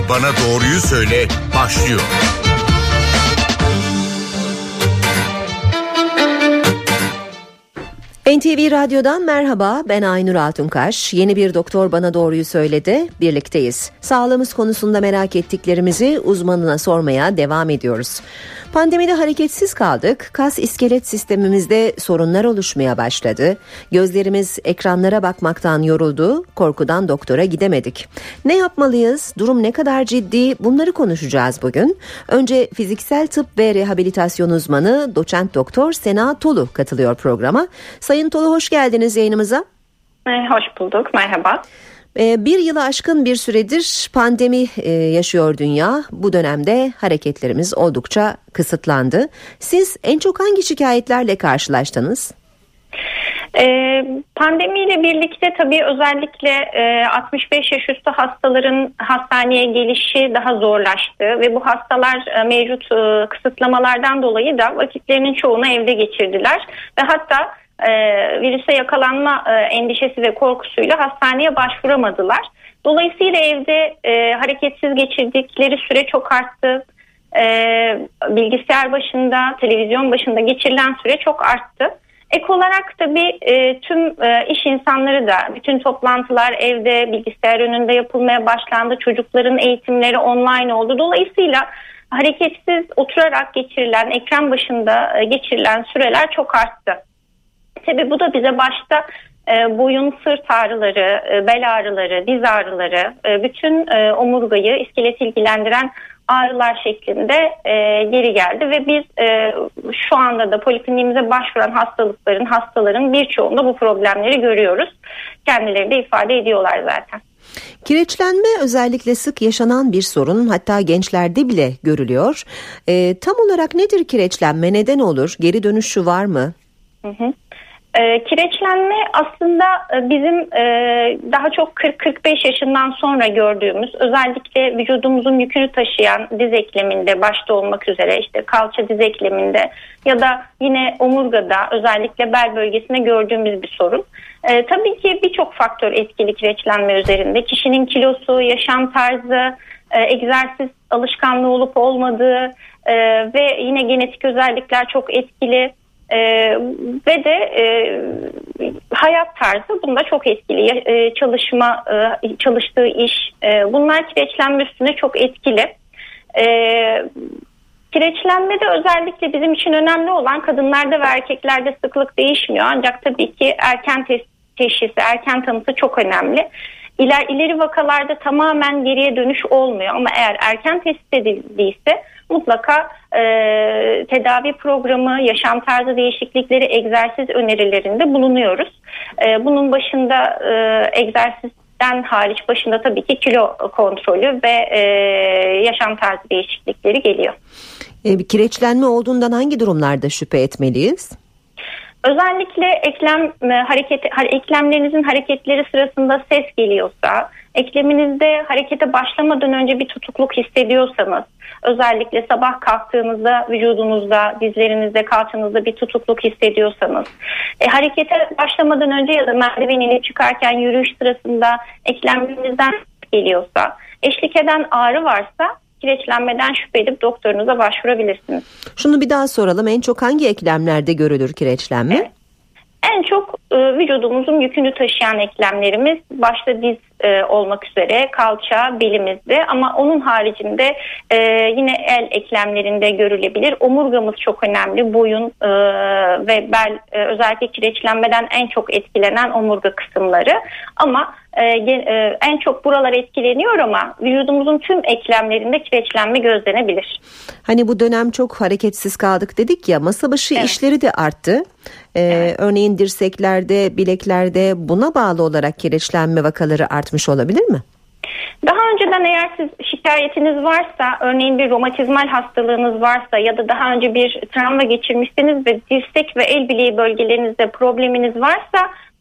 Bana Doğruyu Söyle başlıyor. NTV Radyo'dan merhaba, ben Aynur Altunkaş. Yeni bir Doktor Bana Doğruyu Söyledi, birlikteyiz. Sağlığımız konusunda merak ettiklerimizi uzmanına sormaya devam ediyoruz. Pandemide hareketsiz kaldık, kas iskelet sistemimizde sorunlar oluşmaya başladı. Gözlerimiz ekranlara bakmaktan yoruldu, korkudan doktora gidemedik. Ne yapmalıyız, durum ne kadar ciddi, bunları konuşacağız bugün. Önce fiziksel tıp ve rehabilitasyon uzmanı doçent doktor Sena Tolu katılıyor programa. Sayın Tolu, hoş geldiniz yayınımıza. Hoş bulduk, merhaba. Bir yılı aşkın bir süredir pandemi yaşıyor dünya. Bu dönemde hareketlerimiz oldukça kısıtlandı. Siz en çok hangi şikayetlerle karşılaştınız? Pandemiyle birlikte tabii özellikle 65 yaş üstü hastaların hastaneye gelişi daha zorlaştı ve bu hastalar mevcut kısıtlamalardan dolayı da vakitlerinin çoğunu evde geçirdiler ve hatta virüse yakalanma endişesi ve korkusuyla hastaneye başvuramadılar. Dolayısıyla evde hareketsiz geçirdikleri süre çok arttı. Bilgisayar başında, televizyon başında geçirilen süre çok arttı. Ek olarak tabii tüm iş insanları da bütün toplantılar evde, bilgisayar önünde yapılmaya başlandı. Çocukların eğitimleri online oldu. Dolayısıyla hareketsiz oturarak geçirilen, ekran başında geçirilen süreler çok arttı. Tabii bu da bize başta boyun, sırt ağrıları, bel ağrıları, diz ağrıları, bütün omurgayı, iskeleti ilgilendiren ağrılar şeklinde geri geldi ve biz şu anda da polikliniğimize başvuran hastaların birçoğunda bu problemleri görüyoruz. Kendileri de ifade ediyorlar zaten. Kireçlenme özellikle sık yaşanan bir sorun, hatta gençlerde bile görülüyor. Tam olarak nedir kireçlenme, neden olur, geri dönüşü var mı? Kireçlenme aslında bizim daha çok 40-45 yaşından sonra gördüğümüz, özellikle vücudumuzun yükünü taşıyan diz ekleminde başta olmak üzere, işte kalça diz ekleminde ya da yine omurgada, özellikle bel bölgesinde gördüğümüz bir sorun. Tabii ki birçok faktör etkili kireçlenme üzerinde. Kişinin kilosu, yaşam tarzı, egzersiz alışkanlığı olup olmadığı ve yine genetik özellikler çok etkili. Ve de hayat tarzı bunda çok etkili. Çalıştığı iş, bunlar kireçlenme üstüne çok etkili. Kireçlenmede özellikle bizim için önemli olan, kadınlarda ve erkeklerde sıklık değişmiyor. Ancak tabii ki erken teşhisi, erken tanısı çok önemli. İleri vakalarda tamamen geriye dönüş olmuyor ama eğer erken tespit edildiyse mutlaka tedavi programı, yaşam tarzı değişiklikleri, egzersiz önerilerinde bulunuyoruz. Bunun başında egzersizden hariç başında tabii ki kilo kontrolü ve yaşam tarzı değişiklikleri geliyor. Kireçlenme olduğundan hangi durumlarda şüphe etmeliyiz? Özellikle eklemlerinizin hareketleri sırasında ses geliyorsa, ekleminizde harekete başlamadan önce bir tutukluk hissediyorsanız, özellikle sabah kalktığınızda vücudunuzda, dizlerinizde, kalçanızda bir tutukluk hissediyorsanız, harekete başlamadan önce ya da merdiven inip çıkarken yürüyüş sırasında eklemlerinizden geliyorsa, eşlik eden ağrı varsa kireçlenmeden şüphe edip doktorunuza başvurabilirsiniz. Şunu bir daha soralım. En çok hangi eklemlerde görülür kireçlenme? Evet. En çok vücudumuzun yükünü taşıyan eklemlerimiz, başta diz olmak üzere, kalça, belimizde, ama onun haricinde yine el eklemlerinde görülebilir. Omurgamız çok önemli. Boyun ve bel özellikle kireçlenmeden en çok etkilenen omurga kısımları. Ama en çok buralar etkileniyor ama vücudumuzun tüm eklemlerinde kireçlenme gözlenebilir. Hani bu dönem çok hareketsiz kaldık dedik ya, masa başı işleri de arttı. Evet. Örneğin dirseklerde, bileklerde buna bağlı olarak kireçlenme vakaları artmış olabilir mi? Daha önceden eğer siz şikayetiniz varsa, örneğin bir romatizmal hastalığınız varsa ya da daha önce bir travma geçirmişsiniz ve dirsek ve el bileği bölgelerinizde probleminiz varsa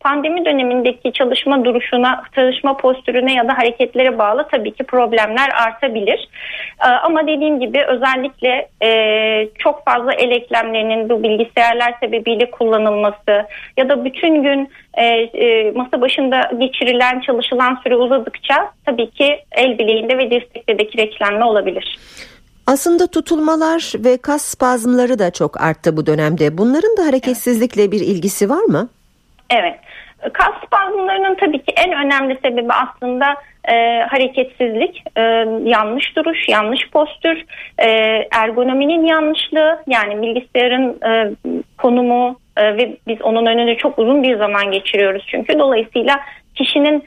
pandemi dönemindeki çalışma duruşuna, çalışma postürüne ya da hareketlere bağlı tabii ki problemler artabilir. Ama dediğim gibi özellikle çok fazla el eklemlerinin bu bilgisayarlar sebebiyle kullanılması ya da bütün gün masa başında geçirilen, çalışılan süre uzadıkça tabii ki el bileğinde ve dirsekte de kireçlenme olabilir. Aslında tutulmalar ve kas spazmları da çok arttı bu dönemde. Bunların da hareketsizlikle bir ilgisi var mı? Evet. Kas spazmlarının tabii ki en önemli sebebi aslında hareketsizlik, yanlış duruş, yanlış postür, ergonominin yanlışlığı, yani bilgisayarın konumu ve biz onun önünde çok uzun bir zaman geçiriyoruz çünkü. Dolayısıyla kişinin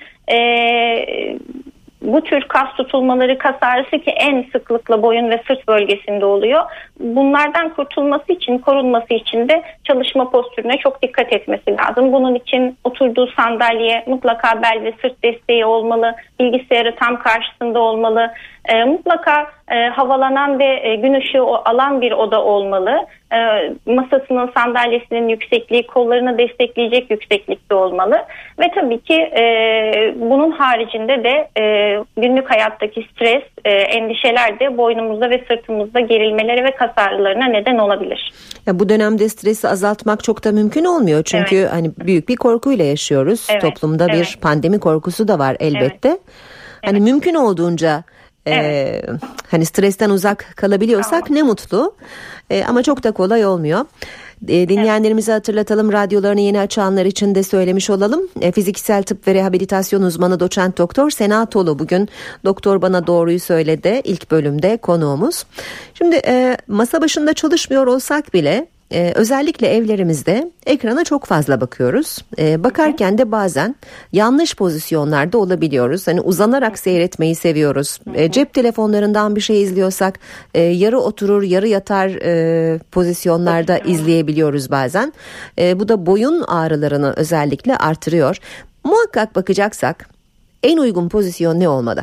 bu tür kas tutulmaları, kas ağrısı ki en sıklıkla boyun ve sırt bölgesinde oluyor. Bunlardan kurtulması için, korunması için de çalışma postürüne çok dikkat etmesi lazım. Bunun için oturduğu sandalye mutlaka bel ve sırt desteği olmalı. Bilgisayarı tam karşısında olmalı. Mutlaka havalanan ve gün ışığı alan bir oda olmalı. Masasının, sandalyesinin yüksekliği kollarını destekleyecek yükseklikte olmalı. Ve tabii ki bunun haricinde de günlük hayattaki stres, endişeler de boynumuzda ve sırtımızda gerilmelere ve kas ağrılarına neden olabilir. Ya bu dönemde stresi azaltmak çok da mümkün olmuyor. Çünkü hani büyük bir korkuyla yaşıyoruz. Toplumda bir pandemi korkusu da var elbette. Hani mümkün olduğunca hani stresten uzak kalabiliyorsak ne mutlu. Ama çok da kolay olmuyor. Dinleyenlerimize hatırlatalım, radyolarını yeni açanlar için de söylemiş olalım. Fiziksel tıp ve rehabilitasyon uzmanı doçent doktor Sena Tolu bugün Doktor Bana Doğruyu Söyledi ilk bölümde konuğumuz. Şimdi masa başında çalışmıyor olsak bile özellikle evlerimizde ekrana çok fazla bakıyoruz. Bakarken de bazen yanlış pozisyonlarda olabiliyoruz. Hani uzanarak seyretmeyi seviyoruz. Cep telefonlarından bir şey izliyorsak yarı oturur yarı yatar pozisyonlarda izleyebiliyoruz bazen. Bu da boyun ağrılarını özellikle artırıyor. Muhakkak bakacaksak en uygun pozisyon ne olmalı?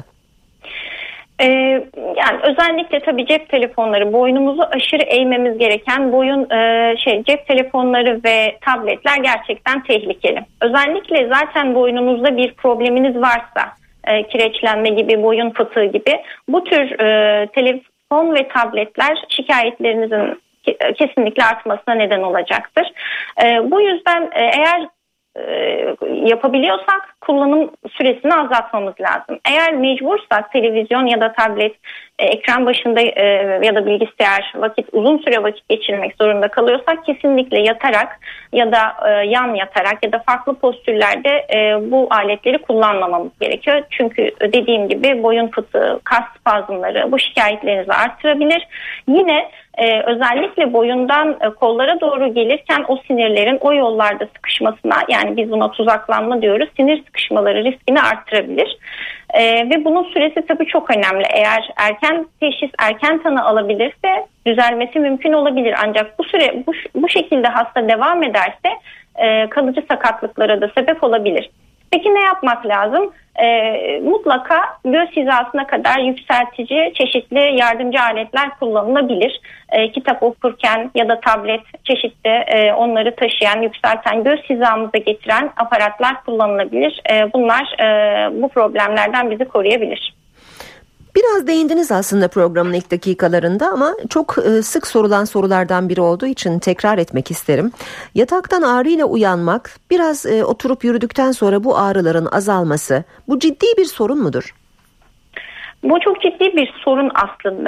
Yani özellikle tabii cep telefonları, boynumuzu aşırı eğmemiz gereken cep telefonları ve tabletler gerçekten tehlikeli. Özellikle zaten boynunuzda bir probleminiz varsa, kireçlenme gibi, boyun fıtığı gibi, bu tür telefon ve tabletler şikayetlerinizin kesinlikle artmasına neden olacaktır. Bu yüzden eğer yapabiliyorsak kullanım süresini azaltmamız lazım. Eğer mecbursak televizyon ya da tablet ekran başında ya da bilgisayar uzun süre vakit geçirmek zorunda kalıyorsak kesinlikle yatarak ya da yan yatarak ya da farklı postürlerde bu aletleri kullanmamamız gerekiyor. Çünkü dediğim gibi boyun fıtığı, kas spazmları bu şikayetlerinizi artırabilir. Yine özellikle boyundan kollara doğru gelirken o sinirlerin o yollarda sıkışmasına, yani biz buna tuzaklanma diyoruz, sinir sıkışmaları riskini arttırabilir. Ve bunun süresi tabii çok önemli. Eğer erken teşhis, erken tanı alabilirse düzelmesi mümkün olabilir. Ancak bu süre bu şekilde hasta devam ederse kalıcı sakatlıklara da sebep olabilir. Peki ne yapmak lazım? Mutlaka göz hizasına kadar yükseltici çeşitli yardımcı aletler kullanılabilir. Kitap okurken ya da tablet çeşitli onları taşıyan, yükselten, göz hizamıza getiren aparatlar kullanılabilir. Bunlar bu problemlerden bizi koruyabilir. Biraz değindiniz aslında programın ilk dakikalarında ama çok sık sorulan sorulardan biri olduğu için tekrar etmek isterim. Yataktan ağrıyla uyanmak, biraz oturup yürüdükten sonra bu ağrıların azalması, bu ciddi bir sorun mudur? Bu çok ciddi bir sorun aslında.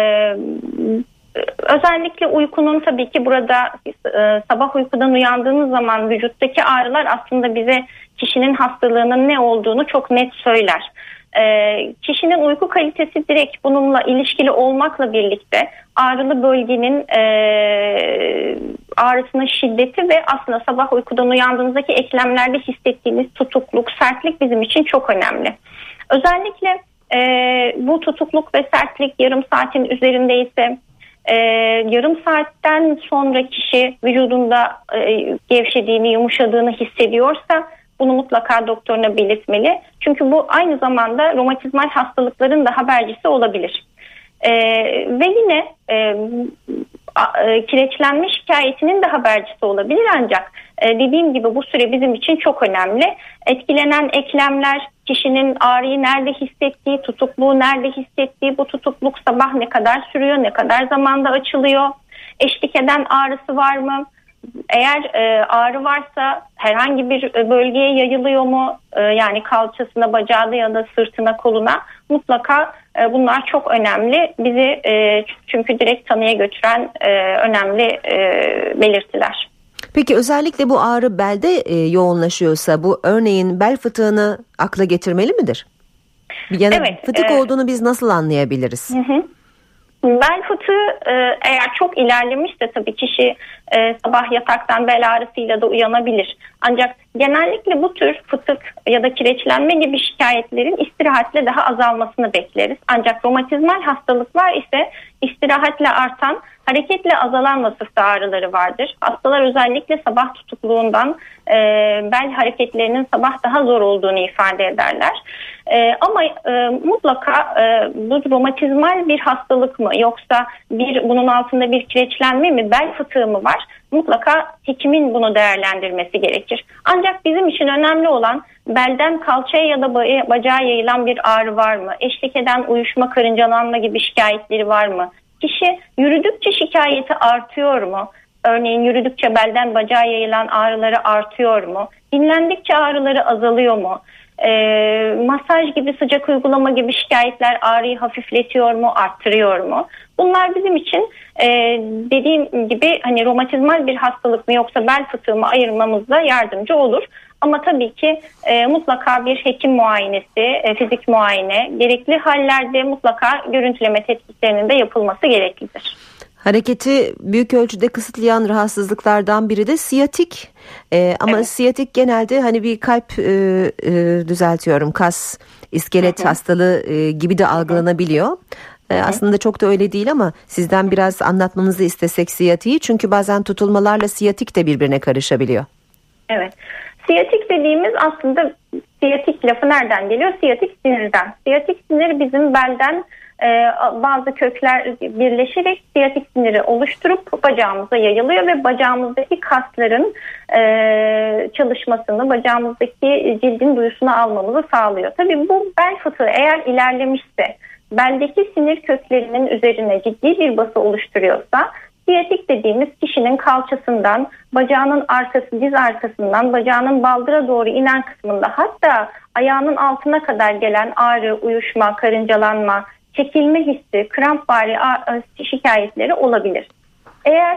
Özellikle uykunun, tabii ki burada sabah uykudan uyandığınız zaman vücuttaki ağrılar aslında bize kişinin hastalığının ne olduğunu çok net söyler. Kişinin uyku kalitesi direkt bununla ilişkili olmakla birlikte ağrılı bölgenin ağrısının şiddeti ve aslında sabah uykudan uyandığınızdaki eklemlerde hissettiğiniz tutukluk, sertlik bizim için çok önemli. Özellikle bu tutukluk ve sertlik yarım saatin üzerindeyse, yarım saatten sonra kişi vücudunda gevşediğini, yumuşadığını hissediyorsa bunu mutlaka doktoruna belirtmeli. Çünkü bu aynı zamanda romatizmal hastalıkların da habercisi olabilir. Ve yine kireçlenme şikayetinin de habercisi olabilir, ancak dediğim gibi bu süre bizim için çok önemli. Etkilenen eklemler, kişinin ağrıyı nerede hissettiği, tutukluğu nerede hissettiği, bu tutukluk sabah ne kadar sürüyor, ne kadar zamanda açılıyor, eşlik eden ağrısı var mı? Eğer ağrı varsa herhangi bir bölgeye yayılıyor mu? Yani kalçasına, bacağına ya da sırtına, koluna, mutlaka bunlar çok önemli. Bizi çünkü direkt tanıya götüren önemli belirtiler. Peki özellikle bu ağrı belde yoğunlaşıyorsa bu örneğin bel fıtığını akla getirmeli midir? Yani evet, fıtık olduğunu biz nasıl anlayabiliriz? Bel fıtığı eğer çok ilerlemişse tabii kişi sabah yataktan bel ağrısıyla da uyanabilir. Ancak genellikle bu tür fıtık ya da kireçlenme gibi şikayetlerin istirahatle daha azalmasını bekleriz. Ancak romatizmal hastalıklar ise istirahatle artan, hareketle azalan vasıfta ağrıları vardır. Hastalar özellikle sabah tutukluğundan bel hareketlerinin sabah daha zor olduğunu ifade ederler. Ama mutlaka bu romatizmal bir hastalık mı yoksa bunun altında bir kireçlenme mi, bel fıtığı mı var? Mutlaka hekimin bunu değerlendirmesi gerekir. Ancak bizim için önemli olan belden kalçaya ya da bacağa yayılan bir ağrı var mı? Eşlik eden uyuşma, karıncalanma gibi şikayetleri var mı? Kişi yürüdükçe şikayeti artıyor mu? Örneğin yürüdükçe belden bacağa yayılan ağrıları artıyor mu? Dinlendikçe ağrıları azalıyor mu? Masaj gibi, sıcak uygulama gibi şikayetler ağrıyı hafifletiyor mu, arttırıyor mu? Bunlar bizim için dediğim gibi hani romatizmal bir hastalık mı yoksa bel fıtığı mı ayırmamızda yardımcı olur. Ama tabii ki mutlaka bir hekim muayenesi, fizik muayene, gerekli hallerde mutlaka görüntüleme tetkiklerinin de yapılması gereklidir. Hareketi büyük ölçüde kısıtlayan rahatsızlıklardan biri de siyatik. Ama evet, siyatik genelde hani bir kalp kas, iskelet hastalığı gibi de algılanabiliyor. Aslında çok da öyle değil ama sizden biraz anlatmanızı istesek siyatiği, çünkü bazen tutulmalarla siyatik de birbirine karışabiliyor. Evet. Siyatik dediğimiz aslında siyatik lafı nereden geliyor? Siyatik sinirden. Siyatik sinir bizim belden bazı kökler birleşerek siyatik siniri oluşturup bacağımıza yayılıyor ve bacağımızdaki kasların çalışmasını, bacağımızdaki cildin duyusunu almamızı sağlıyor. Tabii bu bel fıtığı eğer ilerlemişse, beldeki sinir köklerinin üzerine ciddi bir bası oluşturuyorsa, siyatik dediğimiz kişinin kalçasından, bacağının arkası, diz arkasından, bacağının baldıra doğru inen kısmında, hatta ayağının altına kadar gelen ağrı, uyuşma, karıncalanma, çekilme hissi, krampvari şikayetleri olabilir. Eğer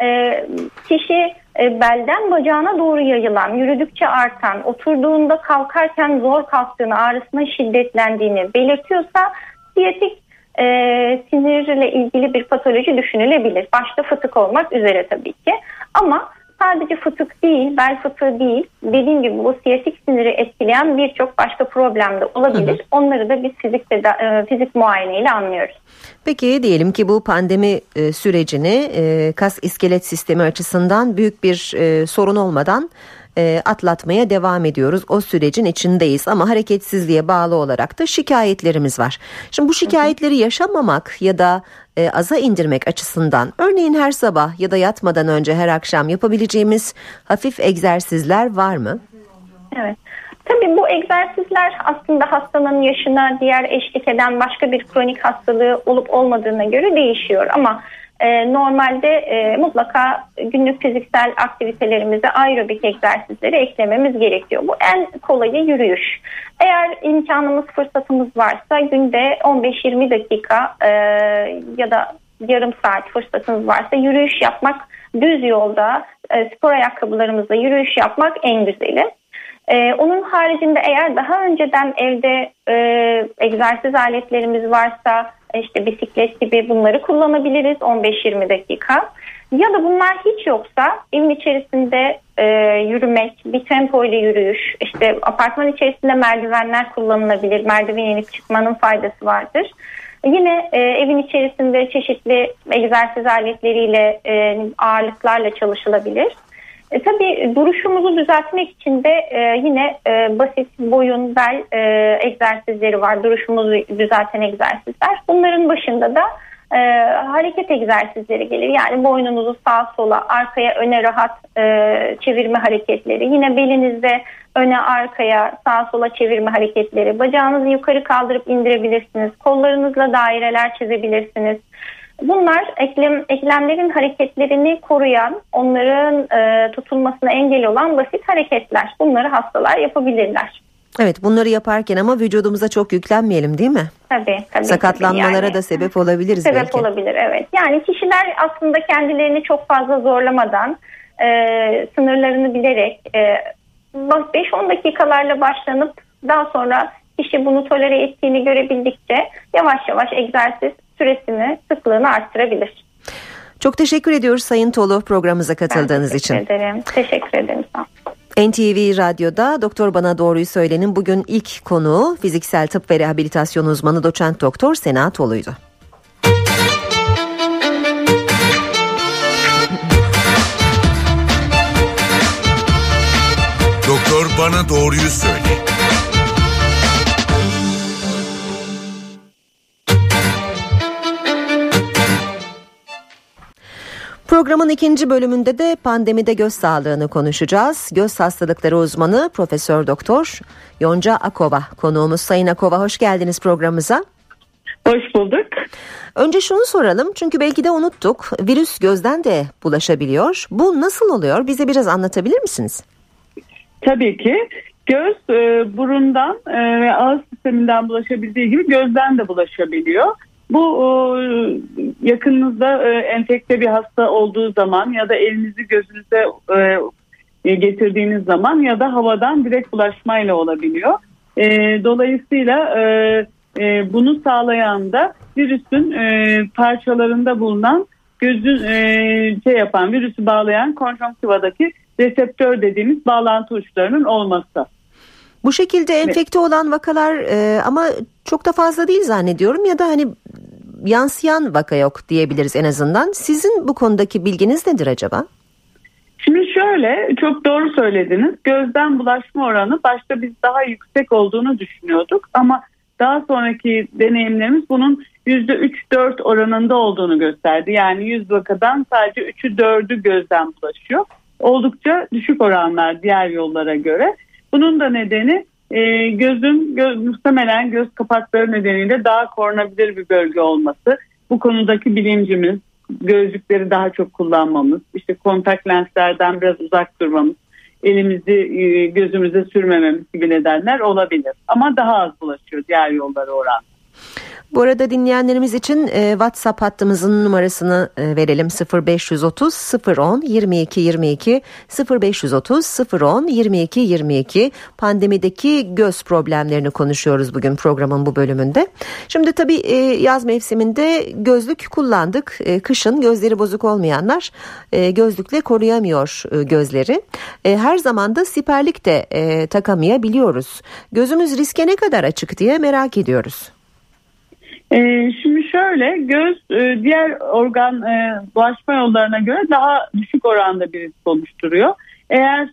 kişi belden bacağına doğru yayılan, yürüdükçe artan, oturduğunda kalkarken zor kalktığını, ağrısının şiddetlendiğini belirtiyorsa, siyatik sinirle ilgili bir patoloji düşünülebilir. Başta fıtık olmak üzere tabii ki. Ama sadece fıtık değil, bel fıtığı değil, dediğim gibi bu siyatik siniri etkileyen birçok başka problem de olabilir. Onları da biz fizik muayeneyle anlıyoruz. Peki diyelim ki bu pandemi sürecini kas iskelet sistemi açısından büyük bir sorun olmadan atlatmaya devam ediyoruz. O sürecin içindeyiz ama hareketsizliğe bağlı olarak da şikayetlerimiz var. Şimdi bu şikayetleri yaşamamak ya da aza indirmek açısından örneğin her sabah ya da yatmadan önce her akşam yapabileceğimiz hafif egzersizler var mı? Evet. Tabii bu egzersizler aslında hastanın yaşına, diğer eşlik eden başka bir kronik hastalığı olup olmadığına göre değişiyor ama normalde mutlaka günlük fiziksel aktivitelerimize aerobik egzersizleri eklememiz gerekiyor. Bu en kolayı yürüyüş. Eğer imkanımız, fırsatımız varsa günde 15-20 dakika ya da yarım saat fırsatımız varsa yürüyüş yapmak, düz yolda spor ayakkabılarımızla yürüyüş yapmak en güzeli. Onun haricinde eğer daha önceden evde egzersiz aletlerimiz varsa, işte bisiklet gibi, bunları kullanabiliriz 15-20 dakika. Ya da bunlar hiç yoksa evin içerisinde yürümek, bir tempo ile yürüyüş, işte apartman içerisinde merdivenler kullanılabilir. Merdiven inip çıkmanın faydası vardır. Yine evin içerisinde çeşitli egzersiz aletleriyle, ağırlıklarla çalışılabilir. Tabii duruşumuzu düzeltmek için de yine basit boyun, bel egzersizleri var. Duruşumuzu düzelten egzersizler. Bunların başında da hareket egzersizleri gelir. Yani boynunuzu sağa sola, arkaya, öne rahat çevirme hareketleri. Yine belinizde öne, arkaya, sağa sola çevirme hareketleri. Bacağınızı yukarı kaldırıp indirebilirsiniz. Kollarınızla daireler çizebilirsiniz. Bunlar eklemlerin hareketlerini koruyan, onların tutulmasına engel olan basit hareketler. Bunları hastalar yapabilirler. Evet, bunları yaparken ama vücudumuza çok yüklenmeyelim, değil mi? Tabii. Sakatlanmalara yani, da sebep olabiliriz sebep belki. Sebep olabilir, evet. Yani kişiler aslında kendilerini çok fazla zorlamadan, sınırlarını bilerek 5-10 dakikalarla başlanıp daha sonra kişi bunu tolere ettiğini görebildikçe yavaş yavaş egzersiz süresini, sıklığını arttırabilir. Çok teşekkür ediyoruz Sayın Tolu, programımıza katıldığınız için. Teşekkür ederim. Sağ olun. NTV Radyo'da Doktor Bana Doğruyu Söyle'nin bugün ilk konuğu fiziksel tıp ve rehabilitasyon uzmanı doçent doktor Sena Tolu'ydu. Doktor Bana Doğruyu Söyle. Programın ikinci bölümünde de pandemide göz sağlığını konuşacağız. Göz hastalıkları uzmanı Profesör Doktor Yonca Akova konuğumuz. Sayın Akova, hoş geldiniz programımıza. Hoş bulduk. Önce şunu soralım, çünkü belki de unuttuk. Virüs gözden de bulaşabiliyor. Bu nasıl oluyor? Bize biraz anlatabilir misiniz? Tabii ki. Göz burundan ve ağız sisteminden bulaşabildiği gibi gözden de bulaşabiliyor. Bu yakınınızda enfekte bir hasta olduğu zaman ya da elinizi gözünüze getirdiğiniz zaman ya da havadan direkt bulaşmayla olabiliyor. Dolayısıyla bunu sağlayan da virüsün parçalarında bulunan gözün virüsü bağlayan konjonktivadaki reseptör dediğimiz bağlantı uçlarının olması. Bu şekilde enfekte olan vakalar ama çok da fazla değil zannediyorum, ya da hani yansıyan vaka yok diyebiliriz en azından. Sizin bu konudaki bilginiz nedir acaba? Şimdi şöyle, çok doğru söylediniz. Gözden bulaşma oranı başta biz daha yüksek olduğunu düşünüyorduk ama daha sonraki deneyimlerimiz bunun %3-4 oranında olduğunu gösterdi. Yani 100 vakadan sadece 3'ü 4'ü gözden bulaşıyor. Oldukça düşük oranlar diğer yollara göre. Bunun da nedeni muhtemelen göz kapakları nedeniyle daha korunabilir bir bölge olması. Bu konudaki bilincimiz, gözlükleri daha çok kullanmamız, işte kontak lenslerden biraz uzak durmamız, elimizi gözümüze sürmememiz gibi nedenler olabilir. Ama daha az bulaşıyor diğer yollara oranla. Bu arada dinleyenlerimiz için WhatsApp hattımızın numarasını verelim. 0530 010 22 22 0530 010 22 22. Pandemideki göz problemlerini konuşuyoruz bugün programın bu bölümünde. Şimdi tabii yaz mevsiminde gözlük kullandık. Kışın gözleri bozuk olmayanlar gözlükle koruyamıyor gözleri. Her zaman da siperlik de takamayabiliyoruz. Gözümüz riske ne kadar açık diye merak ediyoruz. Şimdi şöyle, göz diğer organ bulaşma yollarına göre daha düşük oranda bir risk oluşturuyor. Eğer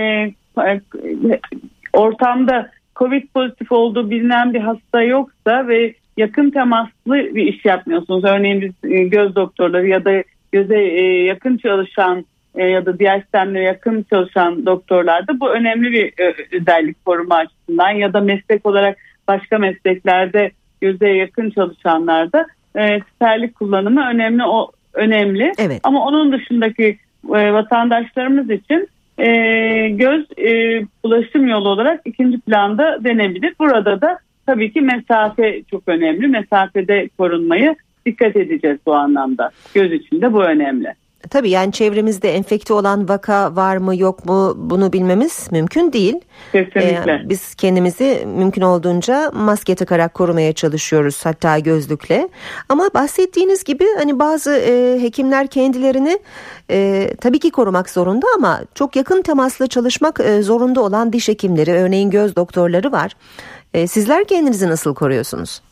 ortamda COVID pozitif olduğu bilinen bir hasta yoksa ve yakın temaslı bir iş yapmıyorsunuz. Örneğin biz göz doktorları ya da göze yakın çalışan ya da diğer sistemlere yakın çalışan doktorlarda bu önemli bir özellik koruma açısından, ya da meslek olarak başka mesleklerde göze yakın çalışanlarda siperlik kullanımı önemli. Evet. Ama onun dışındaki vatandaşlarımız için göz ulaşım yolu olarak ikinci planda denebilir. Burada da tabii ki mesafe çok önemli. Mesafede korunmayı dikkat edeceğiz bu anlamda. Göz için de bu önemli. Tabii, yani çevremizde enfekte olan vaka var mı yok mu bunu bilmemiz mümkün değil. Kesinlikle. Biz kendimizi mümkün olduğunca maske takarak korumaya çalışıyoruz, hatta gözlükle. Ama bahsettiğiniz gibi hani bazı hekimler kendilerini tabii ki korumak zorunda ama çok yakın temasla çalışmak zorunda olan diş hekimleri, örneğin göz doktorları var. Sizler kendinizi nasıl koruyorsunuz?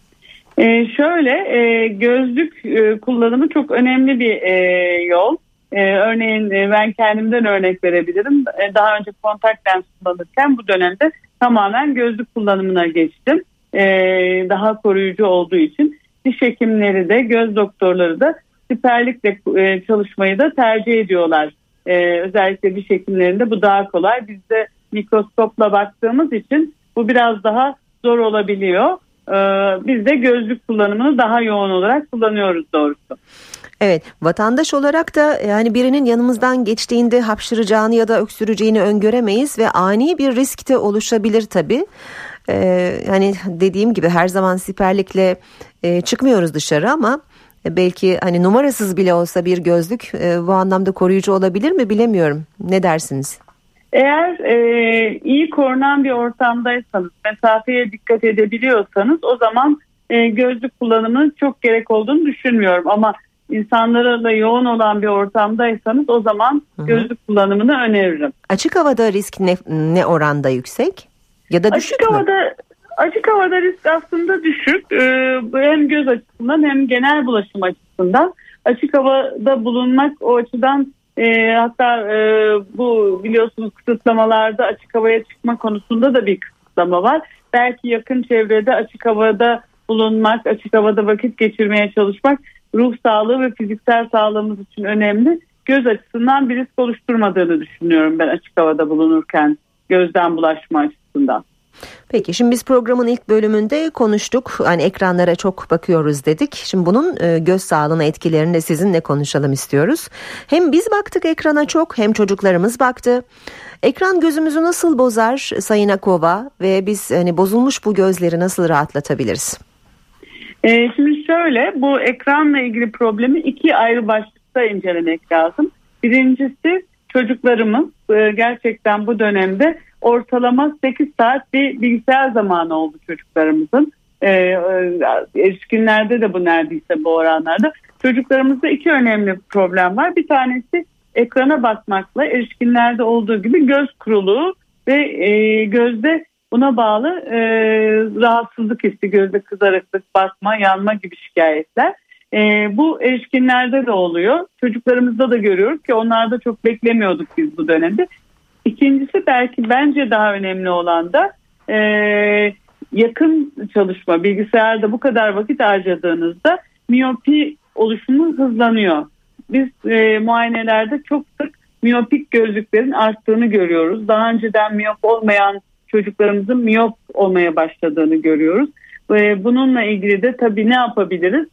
Gözlük kullanımı çok önemli bir yol. Örneğin ben kendimden örnek verebilirim. Daha önce kontak lens kullanırken bu dönemde tamamen gözlük kullanımına geçtim. Daha koruyucu olduğu için. diş hekimleri de göz doktorları da siperlikle çalışmayı da tercih ediyorlar. Özellikle diş hekimlerinde bu daha kolay. Biz de mikroskopla baktığımız için bu biraz daha zor olabiliyor. Biz de gözlük kullanımını daha yoğun olarak kullanıyoruz doğrusu. Evet, vatandaş olarak da yani birinin yanımızdan geçtiğinde hapşıracağını ya da öksüreceğini öngöremeyiz ve ani bir risk de oluşabilir tabii. Hani dediğim gibi her zaman siperlikle çıkmıyoruz dışarı ama belki hani numarasız bile olsa bir gözlük bu anlamda koruyucu olabilir mi bilemiyorum. Ne dersiniz? Eğer iyi korunan bir ortamdaysanız, mesafeye dikkat edebiliyorsanız o zaman gözlük kullanımının çok gerek olduğunu düşünmüyorum. Ama insanlarla yoğun olan bir ortamdaysanız o zaman gözlük kullanımını öneririm. Açık havada risk ne oranda yüksek ya da düşük mü? Açık havada risk aslında düşük. Hem göz açısından hem genel bulaşım açısından. Açık havada bulunmak o açıdan hatta bu biliyorsunuz kısıtlamalarda açık havaya çıkma konusunda da bir kısıtlama var. Belki yakın çevrede açık havada bulunmak, açık havada vakit geçirmeye çalışmak ruh sağlığı ve fiziksel sağlığımız için önemli. Göz açısından bir risk oluşturmadığını düşünüyorum ben açık havada bulunurken gözden bulaşma açısından. Peki şimdi biz programın ilk bölümünde konuştuk. Hani ekranlara çok bakıyoruz dedik. Şimdi bunun göz sağlığına etkilerini de sizinle konuşalım istiyoruz. Hem biz baktık ekrana çok hem çocuklarımız baktı. Ekran gözümüzü nasıl bozar Sayın Akova ve biz hani bozulmuş bu gözleri nasıl rahatlatabiliriz? Şimdi şöyle bu ekranla ilgili problemi iki ayrı başlıkta incelemek lazım. Birincisi çocuklarımız gerçekten bu dönemde ortalama 8 saat bir bilgisayar zamanı oldu çocuklarımızın. Erişkinlerde de bu neredeyse bu oranlarda. Çocuklarımızda iki önemli problem var. Bir tanesi ekrana bakmakla erişkinlerde olduğu gibi göz kuruluğu ve gözde buna bağlı rahatsızlık hissi, gözde kızarıklık, bakma, yanma gibi şikayetler. Bu erişkinlerde de oluyor. Çocuklarımızda da görüyoruz ki onlarda çok beklemiyorduk biz bu dönemde. İkincisi belki bence daha önemli olan da yakın çalışma. Bilgisayarda bu kadar vakit harcadığınızda miyopi oluşumu hızlanıyor. Biz muayenelerde çok sık miyopik gözlüklerin arttığını görüyoruz. Daha önceden miyop olmayan çocuklarımızın miyop olmaya başladığını görüyoruz. Bununla ilgili de tabii ne yapabiliriz?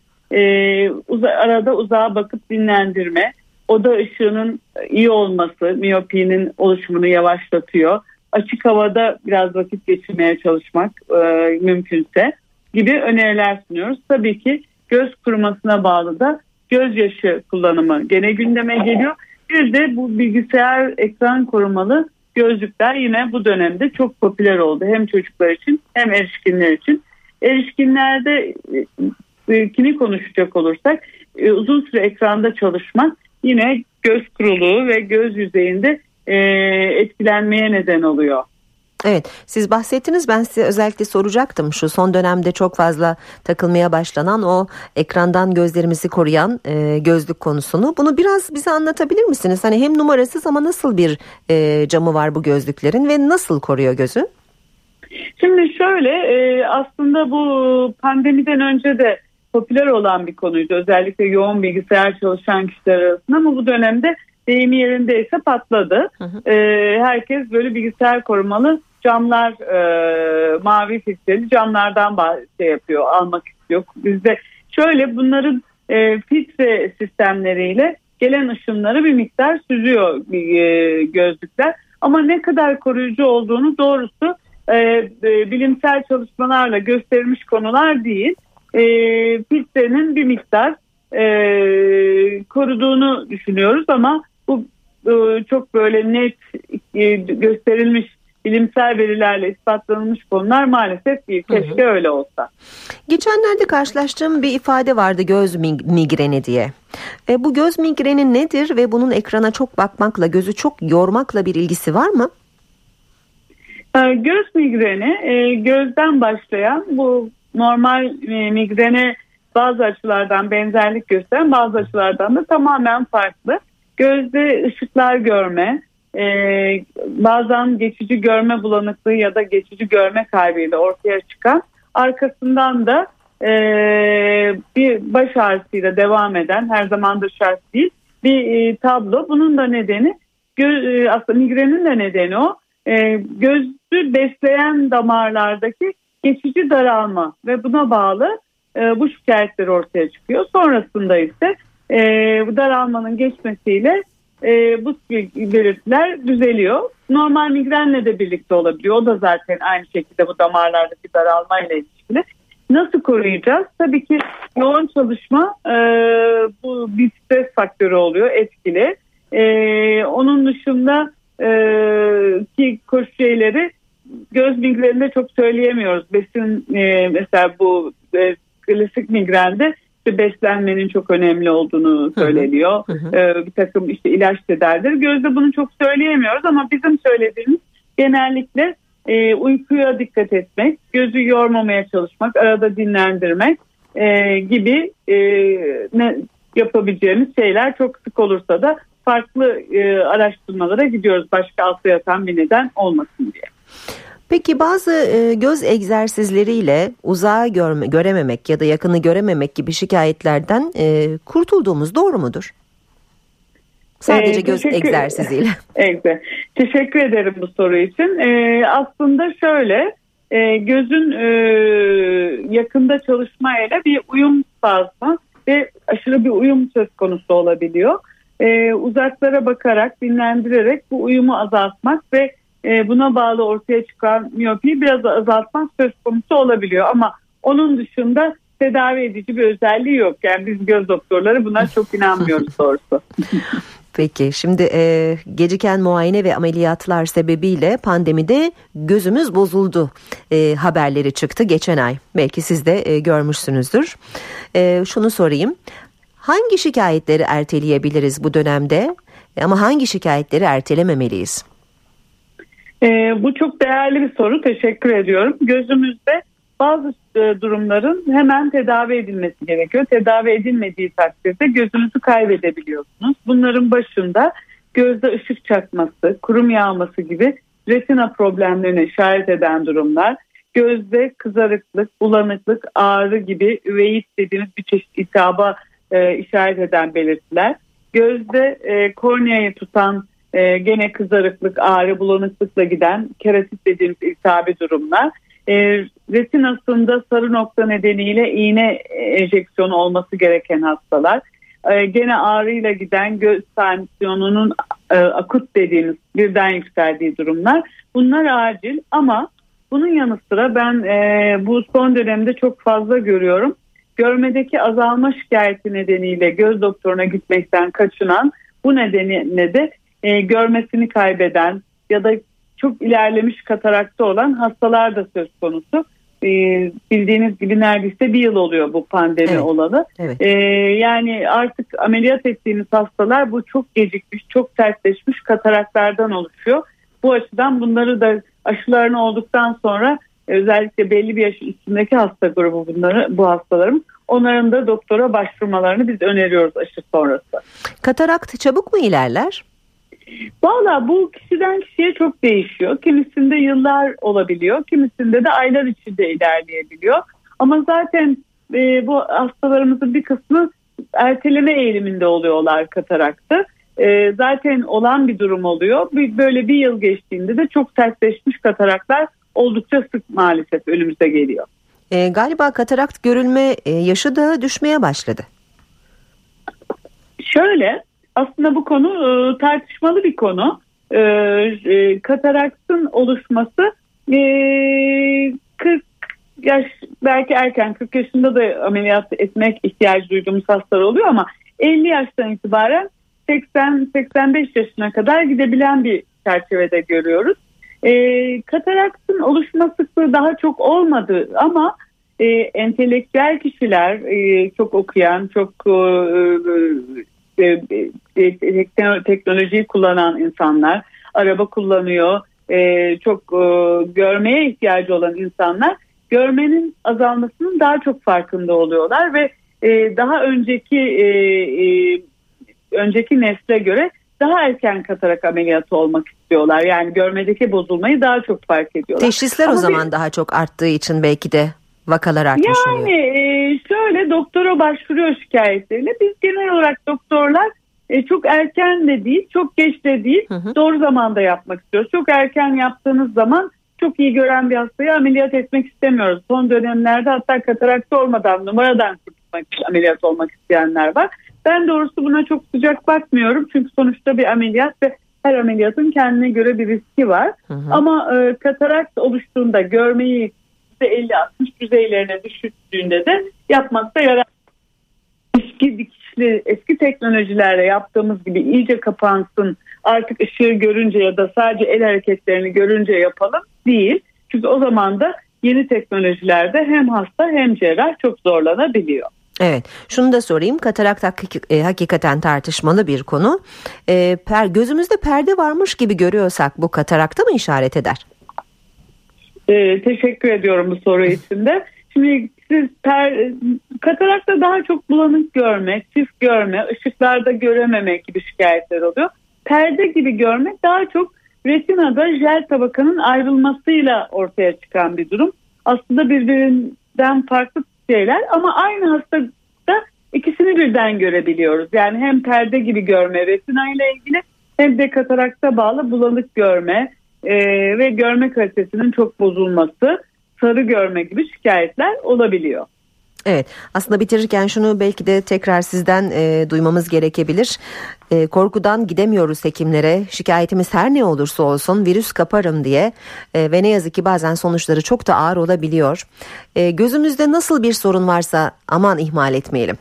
Arada uzağa bakıp dinlendirme, oda ışığının iyi olması miyopinin oluşumunu yavaşlatıyor. Açık havada biraz vakit geçirmeye çalışmak mümkünse gibi öneriler sunuyoruz. Tabii ki göz kurumasına bağlı da gözyaşı kullanımı gene gündeme geliyor. Bir de bu bilgisayar ekran korumalı gözlükler yine bu dönemde çok popüler oldu. Hem çocuklar için hem erişkinler için. Erişkinlerde kimi konuşacak olursak uzun süre ekranda çalışmak yine göz kuruluğu ve göz yüzeyinde etkilenmeye neden oluyor. Evet, siz bahsettiniz, ben size özellikle soracaktım şu son dönemde çok fazla takılmaya başlanan o ekrandan gözlerimizi koruyan gözlük konusunu. Bunu biraz bize anlatabilir misiniz? Hani hem numarasız ama nasıl bir camı var bu gözlüklerin ve nasıl koruyor gözü? Şimdi şöyle aslında bu pandemiden önce de popüler olan bir konuydu. Özellikle yoğun bilgisayar çalışan kişiler arasında ama bu dönemde deyim yerindeyse patladı. Herkes böyle bilgisayar korumalı camlar, mavi filtreli camlardan yapıyor, almak istiyor. Bizde şöyle bunların filtre sistemleriyle gelen ışınları bir miktar süzüyor gözlükler. Ama ne kadar koruyucu olduğunu doğrusu bilimsel çalışmalarla gösterilmiş konular değil. Filtrenin bir miktar koruduğunu düşünüyoruz ama bu çok böyle net gösterilmiş bilimsel verilerle ispatlanılmış konular maalesef değil. Keşke öyle olsa. Geçenlerde karşılaştığım bir ifade vardı, göz migreni diye. Bu göz migreni nedir ve bunun ekrana çok bakmakla, gözü çok yormakla bir ilgisi var mı? Göz migreni gözden başlayan, bu normal migrene bazı açılardan benzerlik gösteren, bazı açılardan da tamamen farklı. Gözde ışıklar görme, bazen geçici görme bulanıklığı ya da geçici görme kaybıyla ortaya çıkan, arkasından da bir baş ağrısıyla devam eden, her zaman da şart değil, bir tablo. Bunun da nedeni aslında migrenin de nedeni o. Gözü besleyen damarlardaki geçici daralma ve buna bağlı bu şikayetler ortaya çıkıyor. Sonrasında ise bu daralmanın geçmesiyle bu belirtiler düzeliyor. Normal migrenle de birlikte olabiliyor. O da zaten aynı şekilde bu damarlardaki daralma ile ilişkili. Nasıl koruyacağız? Tabii ki yoğun çalışma bu bir stres faktörü oluyor, etkili. Onun dışında ki şeyleri göz migreninde çok söyleyemiyoruz. Besin mesela bu klasik migrende işte beslenmenin çok önemli olduğunu söyleniyor. Bir takım işte ilaç tedavileri. Gözde bunu çok söyleyemiyoruz ama bizim söylediğimiz genellikle uykuya dikkat etmek, gözü yormamaya çalışmak, arada dinlendirmek gibi yapabileceğimiz şeyler çok sık olursa da farklı araştırmalara gidiyoruz. Başka altta yatan bir neden olmasın diye. Peki bazı göz egzersizleriyle uzağı görememek ya da yakını görememek gibi şikayetlerden kurtulduğumuz doğru mudur? Sadece göz egzersiziyle. Evet. Teşekkür ederim bu soru için. Aslında şöyle, gözün yakında çalışmayla bir uyum sağlamak ve aşırı bir uyum söz konusu olabiliyor. Uzaklara bakarak, dinlendirerek bu uyumu azaltmak ve buna bağlı ortaya çıkan miyopiyi biraz azaltmak söz konusu olabiliyor. Ama onun dışında tedavi edici bir özelliği yok. Yani biz göz doktorları buna çok inanmıyoruz doğrusu. Peki şimdi geciken muayene ve ameliyatlar sebebiyle pandemide gözümüz bozuldu haberleri çıktı geçen ay. Belki siz de görmüşsünüzdür. Şunu sorayım. Hangi şikayetleri erteleyebiliriz bu dönemde ama hangi şikayetleri ertelememeliyiz? Bu çok değerli bir soru. Teşekkür ediyorum. Gözümüzde bazı durumların hemen tedavi edilmesi gerekiyor. Tedavi edilmediği takdirde gözünüzü kaybedebiliyorsunuz. Bunların başında gözde ışık çakması, kurum yağması gibi retina problemlerine işaret eden durumlar, gözde kızarıklık, bulanıklık, ağrı gibi üveit dediğimiz bir çeşit iltihaba işaret eden belirtiler, gözde korneayı tutan gene kızarıklık, ağrı, bulanıklıkla giden keratit dediğimiz iltihabi durumlar, retinasında sarı nokta nedeniyle iğne enjeksiyonu olması gereken hastalar, gene ağrıyla giden göz tansiyonunun akut dediğimiz birden yükseldiği durumlar, bunlar acil. Ama bunun yanı sıra ben bu son dönemde çok fazla görüyorum. Görmedeki azalma şikayeti nedeniyle göz doktoruna gitmekten kaçınan, bu nedenle de görmesini kaybeden ya da çok ilerlemiş katarakta olan hastalar da söz konusu. Bildiğiniz gibi neredeyse bir yıl oluyor bu pandemi olalı. Evet. Yani artık ameliyat ettiğimiz hastalar bu çok gecikmiş, çok sertleşmiş kataraklardan oluşuyor. Bu açıdan bunları da aşılarını olduktan sonra özellikle belli bir yaş üstündeki hasta grubu bu hastalarım. Onların da doktora başvurmalarını biz öneriyoruz aşı sonrası. Katarakt çabuk mu ilerler? Valla bu kişiden kişiye çok değişiyor. Kimisinde yıllar olabiliyor, kimisinde de aylar içinde ilerleyebiliyor. Ama zaten bu hastalarımızın bir kısmı erteleme eğiliminde oluyorlar kataraktı. Zaten olan bir durum oluyor. Böyle bir yıl geçtiğinde de çok sertleşmiş kataraklar oldukça sık maalesef önümüze geliyor. Galiba katarakt görülme yaşı da düşmeye başladı. Şöyle, aslında bu konu tartışmalı bir konu. Kataraktın oluşması 40 yaş, belki erken 40 yaşında da ameliyat etmek ihtiyacı duyduğumuz hastalar oluyor ama 50 yaştan itibaren 80-85 yaşına kadar gidebilen bir çerçevede görüyoruz. Kataraktın oluşma sıklığı daha çok olmadı ama entelektüel kişiler, çok okuyan, çok teknolojiyi kullanan insanlar, araba kullanıyor, çok görmeye ihtiyacı olan insanlar görmenin azalmasının daha çok farkında oluyorlar ve daha önceki nesle göre daha erken katarak ameliyatı olmak istiyorlar. Yani görmedeki bozulmayı daha çok fark ediyorlar. Teşhisler ama o zaman daha çok arttığı için belki de. vakalar artmış oluyor? Yani şöyle, doktora başvuruyor şikayetleriyle. Biz genel olarak doktorlar çok erken de değil, çok geç de değil, doğru zamanda yapmak istiyoruz. Çok erken yaptığınız zaman çok iyi gören bir hastayı ameliyat etmek istemiyoruz. Son dönemlerde hatta katarakta olmadan numaradan kurtulmak için ameliyat olmak isteyenler var. Ben doğrusu buna çok sıcak bakmıyorum. Çünkü sonuçta bir ameliyat ve her ameliyatın kendine göre bir riski var. Ama katarakt oluştuğunda, görmeyi %50-60 düzeylerine düşürdüğünde de yapmakta yarar. Eski teknolojilerle yaptığımız gibi iyice kapansın, artık ışığı görünce ya da sadece el hareketlerini görünce yapalım değil. Çünkü o zaman da yeni teknolojilerde hem hasta hem cerrah çok zorlanabiliyor. Evet, şunu da sorayım. Katarakt hakikaten tartışmalı bir konu. Gözümüzde perde varmış gibi görüyorsak bu katarakta mı işaret eder? Teşekkür ediyorum bu soru için de. Şimdi siz katarakta daha çok bulanık görme, çift görme, ışıklarda görememek gibi şikayetler oluyor. Perde gibi görmek daha çok retinada jel tabakanın ayrılmasıyla ortaya çıkan bir durum. Aslında birbirinden farklı şeyler ama aynı hastada ikisini birden görebiliyoruz. Yani hem perde gibi görme retina ile ilgili hem de katarakta bağlı bulanık görme ve görme kalitesinin çok bozulması, sarı görme gibi şikayetler olabiliyor. Evet, aslında bitirirken şunu belki de tekrar sizden duymamız gerekebilir. Korkudan gidemiyoruz hekimlere. Şikayetimiz her ne olursa olsun virüs kaparım diye ve ne yazık ki bazen sonuçları çok da ağır olabiliyor. Gözümüzde nasıl bir sorun varsa aman ihmal etmeyelim.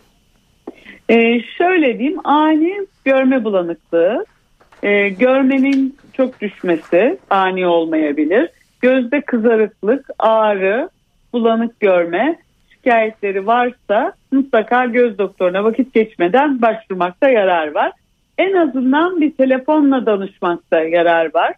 Şöyle diyeyim, ani görme bulanıklığı, görmenin çok düşmesi ani olmayabilir. Gözde kızarıklık, ağrı, bulanık görme şikayetleri varsa mutlaka göz doktoruna vakit geçmeden başvurmakta yarar var. En azından bir telefonla danışmakta yarar var.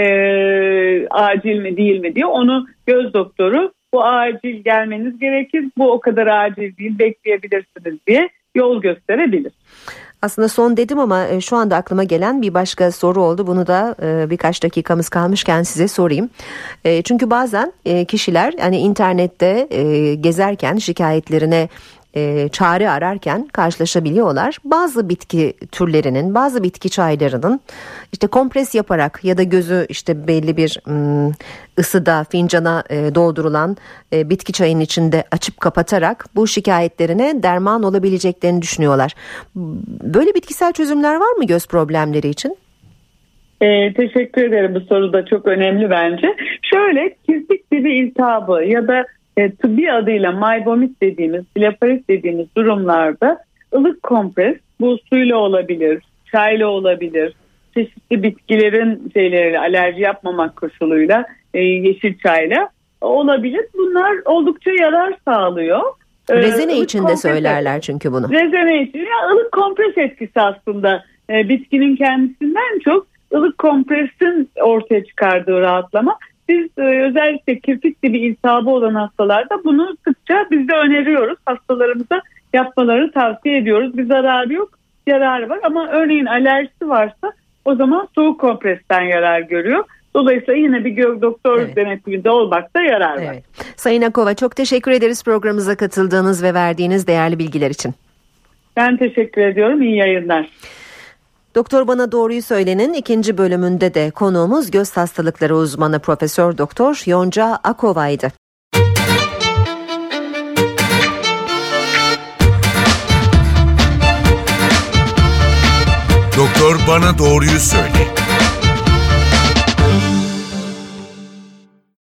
Acil mi değil mi diye onu göz doktoru bu acil gelmeniz gerekir, bu o kadar acil değil, bekleyebilirsiniz diye yol gösterebilir. Aslında son dedim ama şu anda aklıma gelen bir başka soru oldu. Bunu da birkaç dakikamız kalmışken size sorayım. Çünkü bazen kişiler hani internette gezerken şikayetlerine çare ararken karşılaşabiliyorlar. Bazı bitki türlerinin, bazı bitki çaylarının işte kompres yaparak ya da gözü işte belli bir ısıda fincana doldurulan bitki çayının içinde açıp kapatarak bu şikayetlerine derman olabileceklerini düşünüyorlar. Böyle bitkisel çözümler var mı göz problemleri için? Teşekkür ederim. Bu soru da çok önemli bence. Şöyle, kirpik dibi iltihabı ya da tıbbi adıyla maybomit dediğimiz, blefarit dediğimiz durumlarda ılık kompres, bu suyla olabilir, çayla olabilir, çeşitli bitkilerin alerji yapmamak koşuluyla yeşil çayla olabilir. Bunlar oldukça yarar sağlıyor. Rezene için de söylerler çünkü bunu. Rezene için. Yani ılık kompres etkisi aslında bitkinin kendisinden çok ılık kompresin ortaya çıkardığı rahatlama. Biz özellikle kirpik dibi iltihabı olan hastalarda bunu sıkça biz de öneriyoruz. Hastalarımıza yapmalarını tavsiye ediyoruz. Bir zararı yok, yararı var. Ama örneğin alerjisi varsa o zaman soğuk kompresten yarar görüyor. Dolayısıyla yine bir doktor denetiminde olmakta yarar var. Evet. Sayın Akova, çok teşekkür ederiz programımıza katıldığınız ve verdiğiniz değerli bilgiler için. Ben teşekkür ediyorum. İyi yayınlar. Doktor Bana Doğruyu Söylenin 2. bölümünde de konuğumuz göz hastalıkları uzmanı Profesör Doktor Yonca Akova'ydı. Doktor Bana Doğruyu Söyle.